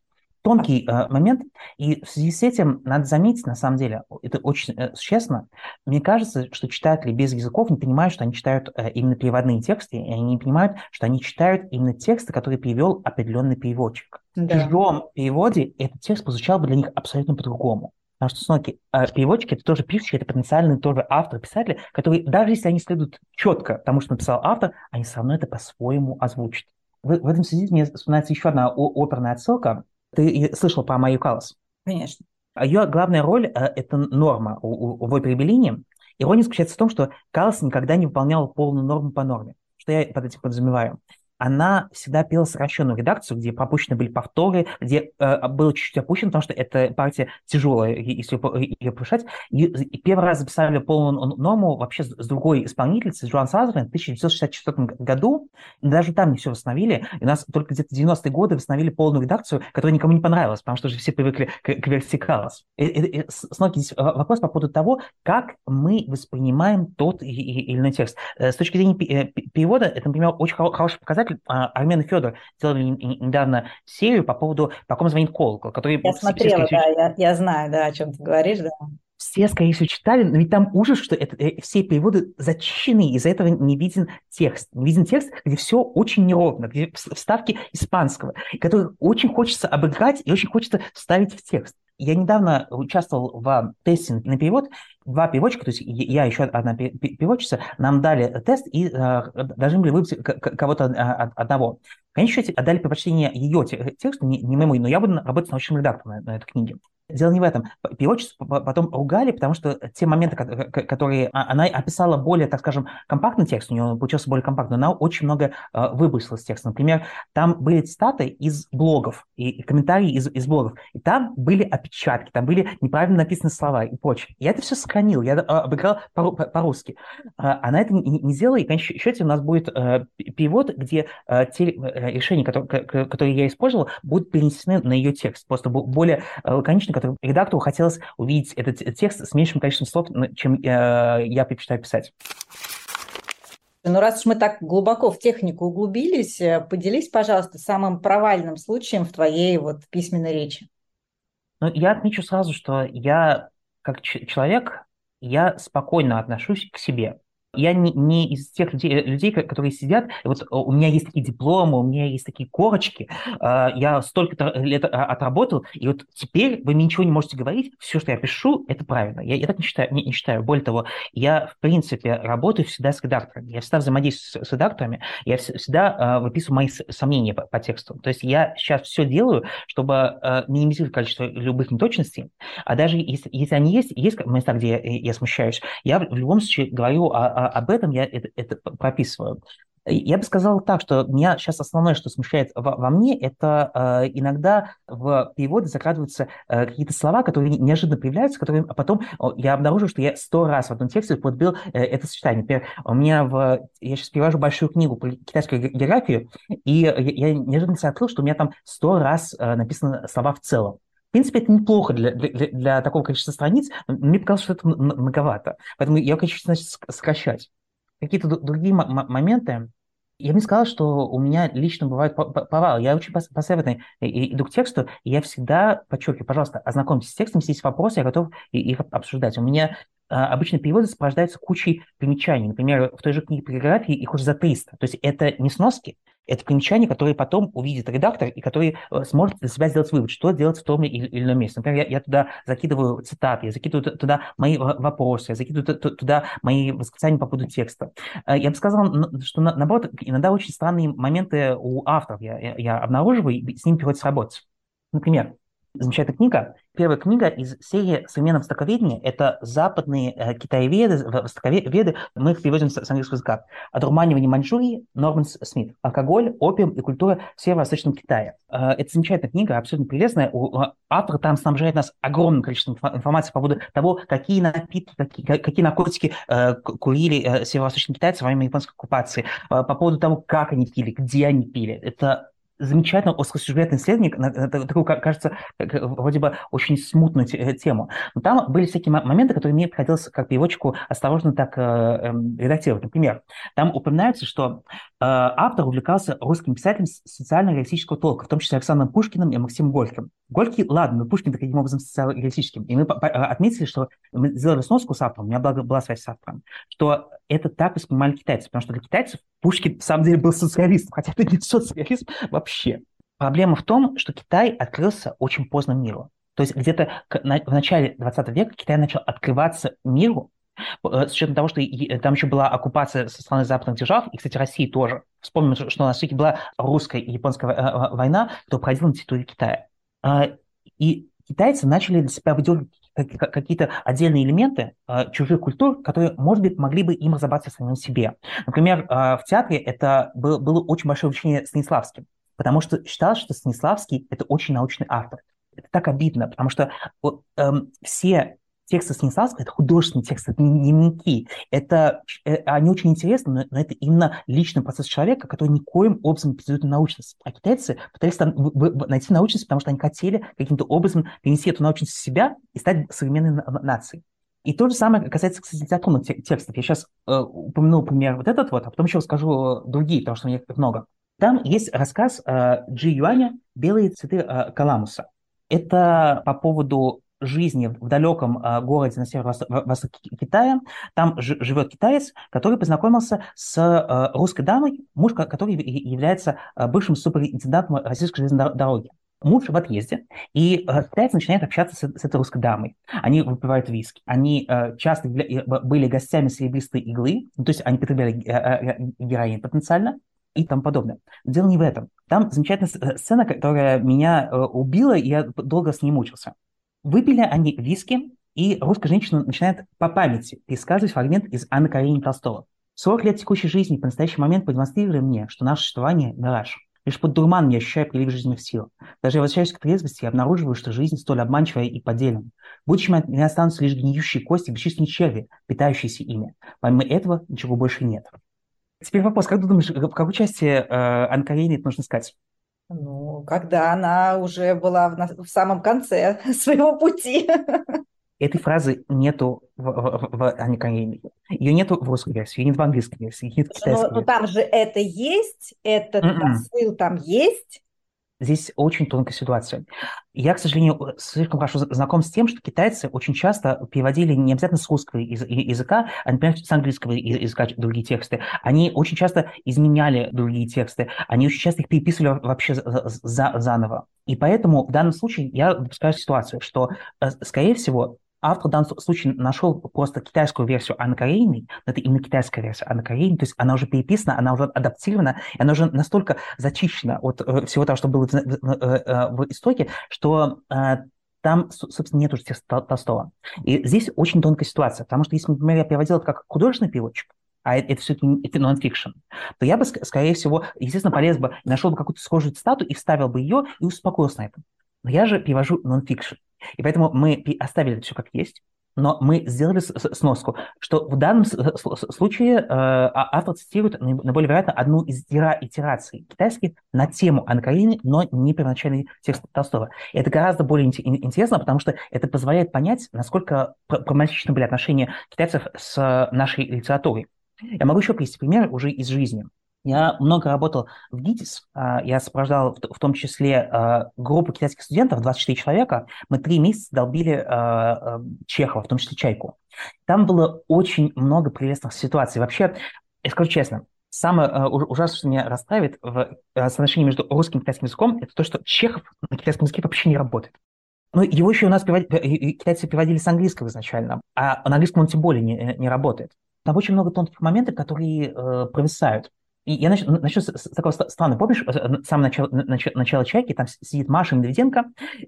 тонкий момент, и в связи с этим надо заметить, на самом деле, это очень существенно, мне кажется, что читатели без языков не понимают, что они читают именно переводные тексты, и они не понимают, что они читают именно тексты, которые перевел определенный переводчик. В чужом переводе этот текст прозвучал бы для них абсолютно по-другому. Потому что, смотрите, переводчики — это тоже пишущие, это потенциальные тоже авторы, писатели, которые, даже если они следуют четко тому, что написал автор, они все равно это по-своему озвучат. В этом связи мне вспоминается еще одна оперная отсылка. Ты слышал про Майю Каллас? Конечно. Ее главная роль — это Норма в опере Беллини. Ирония заключается в том, что Каллас никогда не выполняла полную норму по норме. Что я под этим подразумеваю? Она всегда пела сокращенную редакцию, где пропущены были повторы, где было чуть-чуть опущено, потому что эта партия тяжелая, если ее повышать. И первый раз записали полную норму вообще с другой исполнительницей, Джоан Сазерленд, в 1964 году. Даже там не все восстановили. И у нас только где-то в 90-е годы восстановили полную редакцию, которая никому не понравилась, потому что же все привыкли к версии Каллас. Смотрите, здесь вопрос по поводу того, как мы воспринимаем тот или иной текст. С точки зрения перевода, это, например, очень хороший показатель. Армен и Федор делали недавно серию по поводу «По ком звонит колокол», который... Я смотрела, да, я знаю, да, о чем ты говоришь, да. Все, скорее всего, читали, но ведь там ужас, что все переводы зачищены, из-за этого не виден текст. Не виден текст, где все очень неровно, где вставки испанского, которые очень хочется обыграть и очень хочется вставить в текст. Я недавно участвовал в тесте на перевод. Два переводчика, то есть я еще одна переводчица, нам дали тест и должны были выбрать кого-то одного. В конечном счете отдали предпочтение ее тексту, не моему, но я буду работать с научным редактором на этой книге. Дело не в этом. Переводчицу потом ругали, потому что те моменты, которые она описала более, так скажем, компактный текст, у нее получился более компактный, но она очень много выбросила из текста. Например, там были цитаты из блогов и комментарии из блогов, и там были опечатки, там были неправильно написаны слова и прочее. Я это все сохранил, я обыграл по-русски. Она это не сделала, и в конечном счете у нас будет перевод, где те решения, которые я использовал, будут перенесены на ее текст, просто более лаконично, который редактору хотелось увидеть этот текст с меньшим количеством слов, чем я предпочитаю писать. Ну, раз уж мы так глубоко в технику углубились, поделись, пожалуйста, самым провальным случаем в твоей письменной речи. Ну, я отмечу сразу, что я, как человек, я спокойно отношусь к себе. Я не из тех людей, которые сидят, вот у меня есть такие дипломы, у меня есть такие корочки, я столько лет отработал, и вот теперь вы мне ничего не можете говорить, все, что я пишу, это правильно. Я так не считаю. Более того, я, в принципе, работаю всегда с редакторами, я всегда взаимодействую с редакторами, я всегда выписываю мои сомнения по тексту. То есть я сейчас все делаю, чтобы минимизировать количество любых неточностей, а даже если они есть места, где я смущаюсь, я в любом случае говорю об этом, я это прописываю. Я бы сказал так, что меня сейчас основное, что смущает во мне, это иногда в переводе закрадываются какие-то слова, которые неожиданно появляются, которые потом я обнаружил, что я 100 раз в одном тексте употребил это сочетание. Например, я сейчас перевожу большую книгу по китайской географии, и я неожиданно себя открыл, что у меня там 100 раз написаны слова в целом. В принципе, это неплохо для такого количества страниц, но мне показалось, что это многовато. Поэтому я хочу, значит, сокращать. Какие-то другие моменты. Я бы не сказал, что у меня лично бывают провалы. Я очень последовательно иду к тексту, и я всегда подчеркиваю, пожалуйста, ознакомьтесь с текстом, если есть вопросы, я готов их обсуждать. У меня обычно переводы сопровождаются кучей примечаний. Например, в той же книге по географии их уже за 300. То есть это не сноски, это примечания, которые потом увидит редактор и который сможет для себя сделать вывод, что делать в том или ином месте. Например, я туда закидываю цитаты, я закидываю туда мои вопросы, я закидываю туда мои восклицания по поводу текста. Я бы сказал, что, наоборот, иногда очень странные моменты у авторов я обнаруживаю, и с ними приходится работать. Например, замечательная книга. Первая книга из серии «Современного востоковедения» — это западные китаеведы, востоковеды, мы их переводим с английского языка. «Одурманивание Маньчжурии», Норман Смит. «Алкоголь, опиум и культура в северо-восточном Китае». Это замечательная книга, абсолютно прелестная. Автор там снабжает нас огромным количеством информации по поводу того, какие напитки, какие наркотики курили северо-восточные китайцы во время японской оккупации, по поводу того, как они пили, где они пили. Это замечательно остросюжетный исследование на такую, кажется, вроде бы очень смутную тему. Но там были всякие моменты, которые мне приходилось как переводчику осторожно так редактировать. Например, там упоминается, что автор увлекался русским писателем социально-реалистического толка, в том числе Александром Пушкиным и Максимом Горьким. Горький, ладно, но Пушкин таким образом социально-реалистическим. И мы отметили, что мы сделали сноску с автором, у меня была связь с автором, что это так воспринимали китайцы, потому что для китайцев Пушкин, в самом деле, был социалистом, хотя это не социализм вообще. Проблема в том, что Китай открылся очень поздно миру. То есть где-то в начале 20 века Китай начал открываться миру, с учетом того, что там еще была оккупация со стороны западных держав, и, кстати, России тоже. Вспомним, что на все-таки была русская и японская война, которая проходила на территории Китая. И китайцы начали для себя выделывать какие-то отдельные элементы чужих культур, которые, может быть, могли бы им разобраться в самом себе. Например, в театре это было очень большое увлечение Станиславским, потому что считалось, что Станиславский – это очень научный автор. Это так обидно, потому что все тексты Станиславского – это художественные тексты, это не дневники. Они очень интересны, но это именно личный процесс человека, который никоим образом не претендует на научность. А китайцы пытались там найти научность, потому что они хотели каким-то образом перенести эту научность в себя и стать современной нацией. И то же самое касается, кстати, литературных текстов. Я сейчас упомяну, например, вот этот вот, а потом еще расскажу другие, потому что у них их много. Там есть рассказ Джи Юаня «Белые цветы каламуса». Это по поводу жизни в далеком городе на северо-востоке Китая. Там живет китаец, который познакомился с русской дамой, муж который является бывшим суперинтендантом Российской железной дороги. Муж в отъезде, и китаец начинает общаться с этой русской дамой. Они выпивают виски. Они часто были гостями серебристой иглы, то есть они потребляли героин потенциально и тому подобное. Дело не в этом. Там замечательная сцена, которая меня убила, и я долго с ней мучился. Выпили они виски, и русская женщина начинает по памяти пересказывать фрагмент из Анны Каренина Толстого. 40 лет текущей жизни по настоящий момент продемонстрировали мне, что наше существование – мираж. Лишь под дурман я ощущаю прилив жизненных сил. Даже я возвращаюсь к трезвости и обнаруживаю, что жизнь столь обманчивая и поделена. В будущем от меня останутся лишь гниющие кости и бесчисленные черви, питающиеся ими. Помимо этого ничего больше нет. Теперь вопрос, как ты думаешь, в какой части Анны Карениной это нужно сказать? Ну, когда она уже была в самом конце своего пути. Этой фразы нету в Анне Карениной. Ее нету в русской версии, ее нет в английской версии, ее нет в китайской Но версии. там же это есть, этот посыл там есть. Здесь очень тонкая ситуация. Я, к сожалению, слишком хорошо знаком с тем, что китайцы очень часто переводили не обязательно с русского языка, а, например, с английского языка другие тексты. Они очень часто изменяли другие тексты, они очень часто их переписывали вообще заново. И поэтому в данном случае я допускаю ситуацию, что, скорее всего, автор в данном случае нашел просто китайскую версию Анны Карениной, но это именно китайская версия Анны Карениной, то есть она уже переписана, она уже адаптирована, и она уже настолько зачищена от всего того, что было в истоке, что там, собственно, нет уже текста Толстого. И здесь очень тонкая ситуация, потому что если, например, я переводил это как художественный переводчик, а это все-таки это нон-фикшн, то я бы, скорее всего, естественно, полез бы, нашел бы какую-то схожую цитату и вставил бы ее и успокоился на этом. Но я же перевожу нон-фикшн. И поэтому мы оставили все как есть, но мы сделали сноску, что в данном случае автор цитирует, наиболее вероятно, одну из итераций китайских на тему Анны Карениной, но не первоначальный текст Толстого. И это гораздо более интересно, потому что это позволяет понять, насколько проблематичны были отношения китайцев с нашей литературой. Я могу еще привести пример уже из жизни. Я много работал в ГИТИС, я сопровождал в том числе группу китайских студентов, 24 человека. Мы 3 месяца долбили Чехова, в том числе «Чайку». Там было очень много прелестных ситуаций. Вообще, я скажу честно, самое ужасное, что меня расстраивает в соотношении между русским и китайским языком, это то, что Чехов на китайском языке вообще не работает. Ну, его еще у нас китайцы переводили с английского изначально, а на английском он тем более не работает. Там очень много тонких моментов, которые провисают. И я начну с такого странного. Помнишь, самое начало «Чайки», там сидит Маша Медведенко,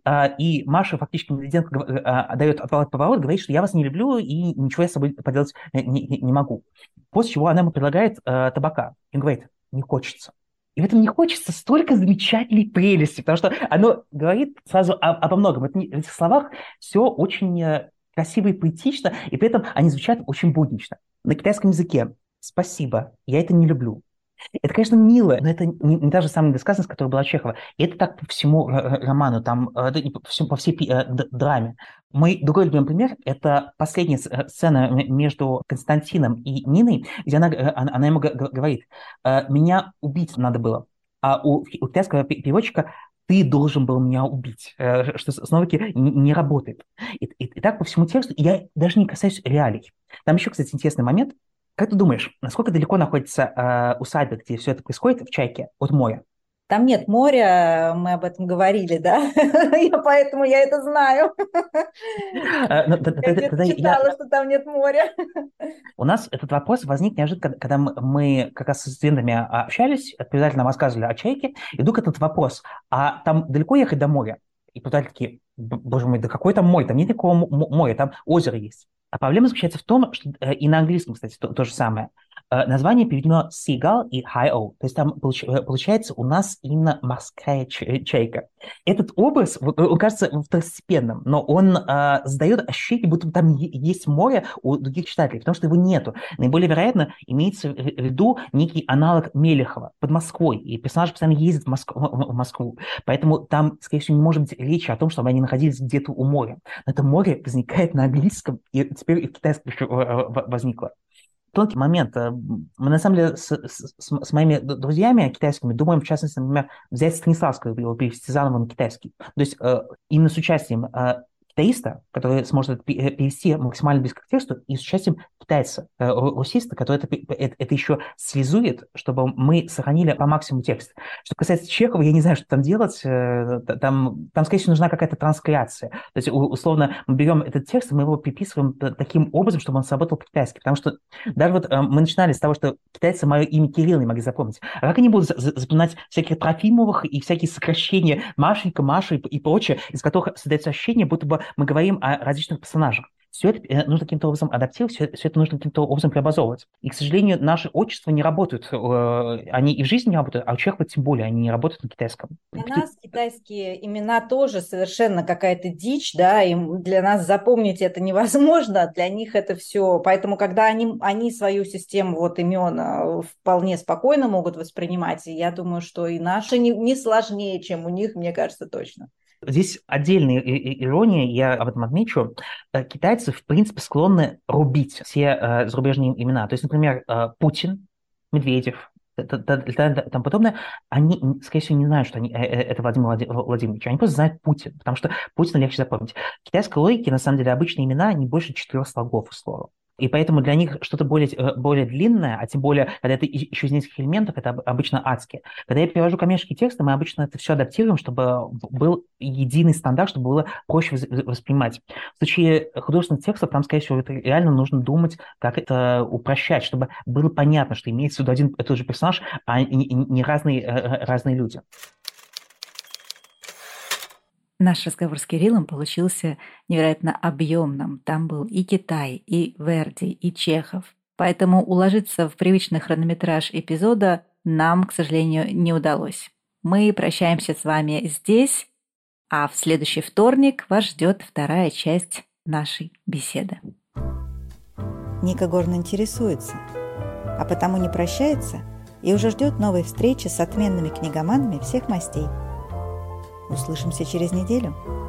и Маша фактически Медведенко дает отворот-поворот, говорит, что я вас не люблю и ничего я с собой поделать не могу. После чего она ему предлагает табака. И он говорит, не хочется. И в этом не хочется столько замечательной прелести, потому что оно говорит сразу обо многом. В этих словах все очень красиво и поэтично, и при этом они звучат очень буднично. На китайском языке «спасибо, я это не люблю». Это, конечно, мило, но это не та же самая недосказанность, которая была у Чехова. И это так по всему роману, там, по всей драме. Мой другой любимый пример – это последняя сцена между Константином и Ниной, где она ему говорит: «Меня убить надо было». А у китайского переводчика: «Ты должен был меня убить», что снова-таки не работает. И так по всему тексту. Я даже не касаюсь реалий. Там еще, кстати, интересный момент. Как ты думаешь, насколько далеко находится усадьба, где все это происходит, в Чайке, от моря? Там нет моря, мы об этом говорили, да? Поэтому я это знаю. Ну, Я где-то читала, что там нет моря. У нас этот вопрос возник неожиданно, когда мы как раз с студентами общались, преподаватели нам рассказывали о Чайке, и вдруг этот вопрос: а там далеко ехать до моря? И преподаватели такие: боже мой, да какой там море? Там нет никакого моря, там озеро есть. А проблема заключается в том, что и на английском, кстати, то же самое. Название переведено seagull и hi-o. То есть там получается у нас именно морская чайка. Этот образ, он кажется второстепенным, но он задает ощущение, будто там есть море у других читателей, потому что его нету. Наиболее вероятно, имеется в виду некий аналог Мелехова под Москвой, и персонаж постоянно ездит в Москву. Поэтому там, скорее всего, не может быть речи о том, чтобы они находились где-то у моря. Но это море возникает на английском, и теперь и в китайском еще возникло. Тонкий момент. Мы, на самом деле, с моими друзьями китайскими думаем, в частности, например, взять Станиславского и его перевести заново на китайский. То есть именно с участием китаиста, который сможет это перевести максимально близко к тексту, и с участием китайца, русиста, который это еще связует, чтобы мы сохранили по максимуму текст. Что касается Чехова, я не знаю, что там делать. Там скорее всего, нужна какая-то транскреация. То есть, условно, мы берем этот текст, и мы его переписываем таким образом, чтобы он сработал по-китайски. Потому что даже вот мы начинали с того, что китайцы мое имя Кирилл не могли запомнить. А как они будут запоминать всяких Трофимовых и всякие сокращения Машенька, Маша и прочее, из которых создается ощущение, будто бы мы говорим о различных персонажах. Все это нужно каким-то образом адаптировать, все это нужно каким-то образом преобразовывать. И, к сожалению, наши отчества не работают. Они и в жизни не работают, а у Чехова тем более, они не работают на китайском. Для нас китайские имена тоже совершенно какая-то дичь, да, и для нас запомнить это невозможно, для них это все. Поэтому, когда они свою систему вот имен вполне спокойно могут воспринимать, я думаю, что и наши не сложнее, чем у них, мне кажется, точно. Здесь отдельная ирония, я об этом отмечу. Китайцы, в принципе, склонны рубить все зарубежные имена. То есть, например, Путин, Медведев, там подобное, они, скорее всего, не знают, что это Владимир Владимирович. Они просто знают Путин, потому что Путина легче запомнить. В китайской логике, на самом деле, обычные имена не больше 4 слогов, условно. И поэтому для них что-то более длинное, а тем более, когда это еще из нескольких элементов, это обычно адски. Когда я перевожу коммерческие тексты, мы обычно это все адаптируем, чтобы был единый стандарт, чтобы было проще воспринимать. В случае художественных текстов, там, скорее всего, это реально нужно думать, как это упрощать, чтобы было понятно, что имеется в виду один и тот же персонаж, а не разные люди. Наш разговор с Кириллом получился невероятно объемным. Там был и Китай, и Верди, и Чехов. Поэтому уложиться в привычный хронометраж эпизода нам, к сожалению, не удалось. Мы прощаемся с вами здесь, а в следующий вторник вас ждет вторая часть нашей беседы. Ника Горн интересуется, а потому не прощается и уже ждет новой встречи с отменными книгоманами всех мастей. Услышимся через неделю.